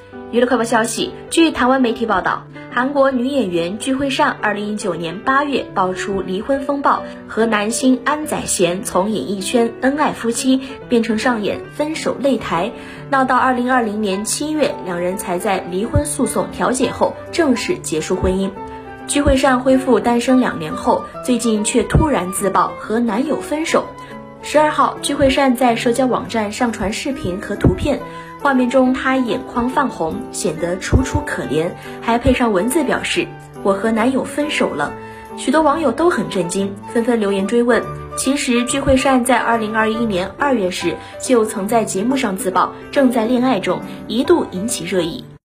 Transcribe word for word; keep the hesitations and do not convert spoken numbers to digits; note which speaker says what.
Speaker 1: 娱乐快报消息，据台湾媒体报道，韩国女演员具惠善二零一九年八月爆出离婚风暴，和男星安宰贤从演艺圈恩爱夫妻变成上演分手擂台，闹到二零二零年七月，两人才在离婚诉讼调解后正式结束婚姻。具惠善恢复单身两年后，最近却突然自曝和男友分手。十二号，具惠善在社交网站上传视频和图片，画面中她眼眶泛红，显得楚楚可怜，还配上文字表示我和男友分手了。许多网友都很震惊，纷纷留言追问。其实具惠善在二零二一年二月时就曾在节目上自曝正在恋爱中，一度引起热议。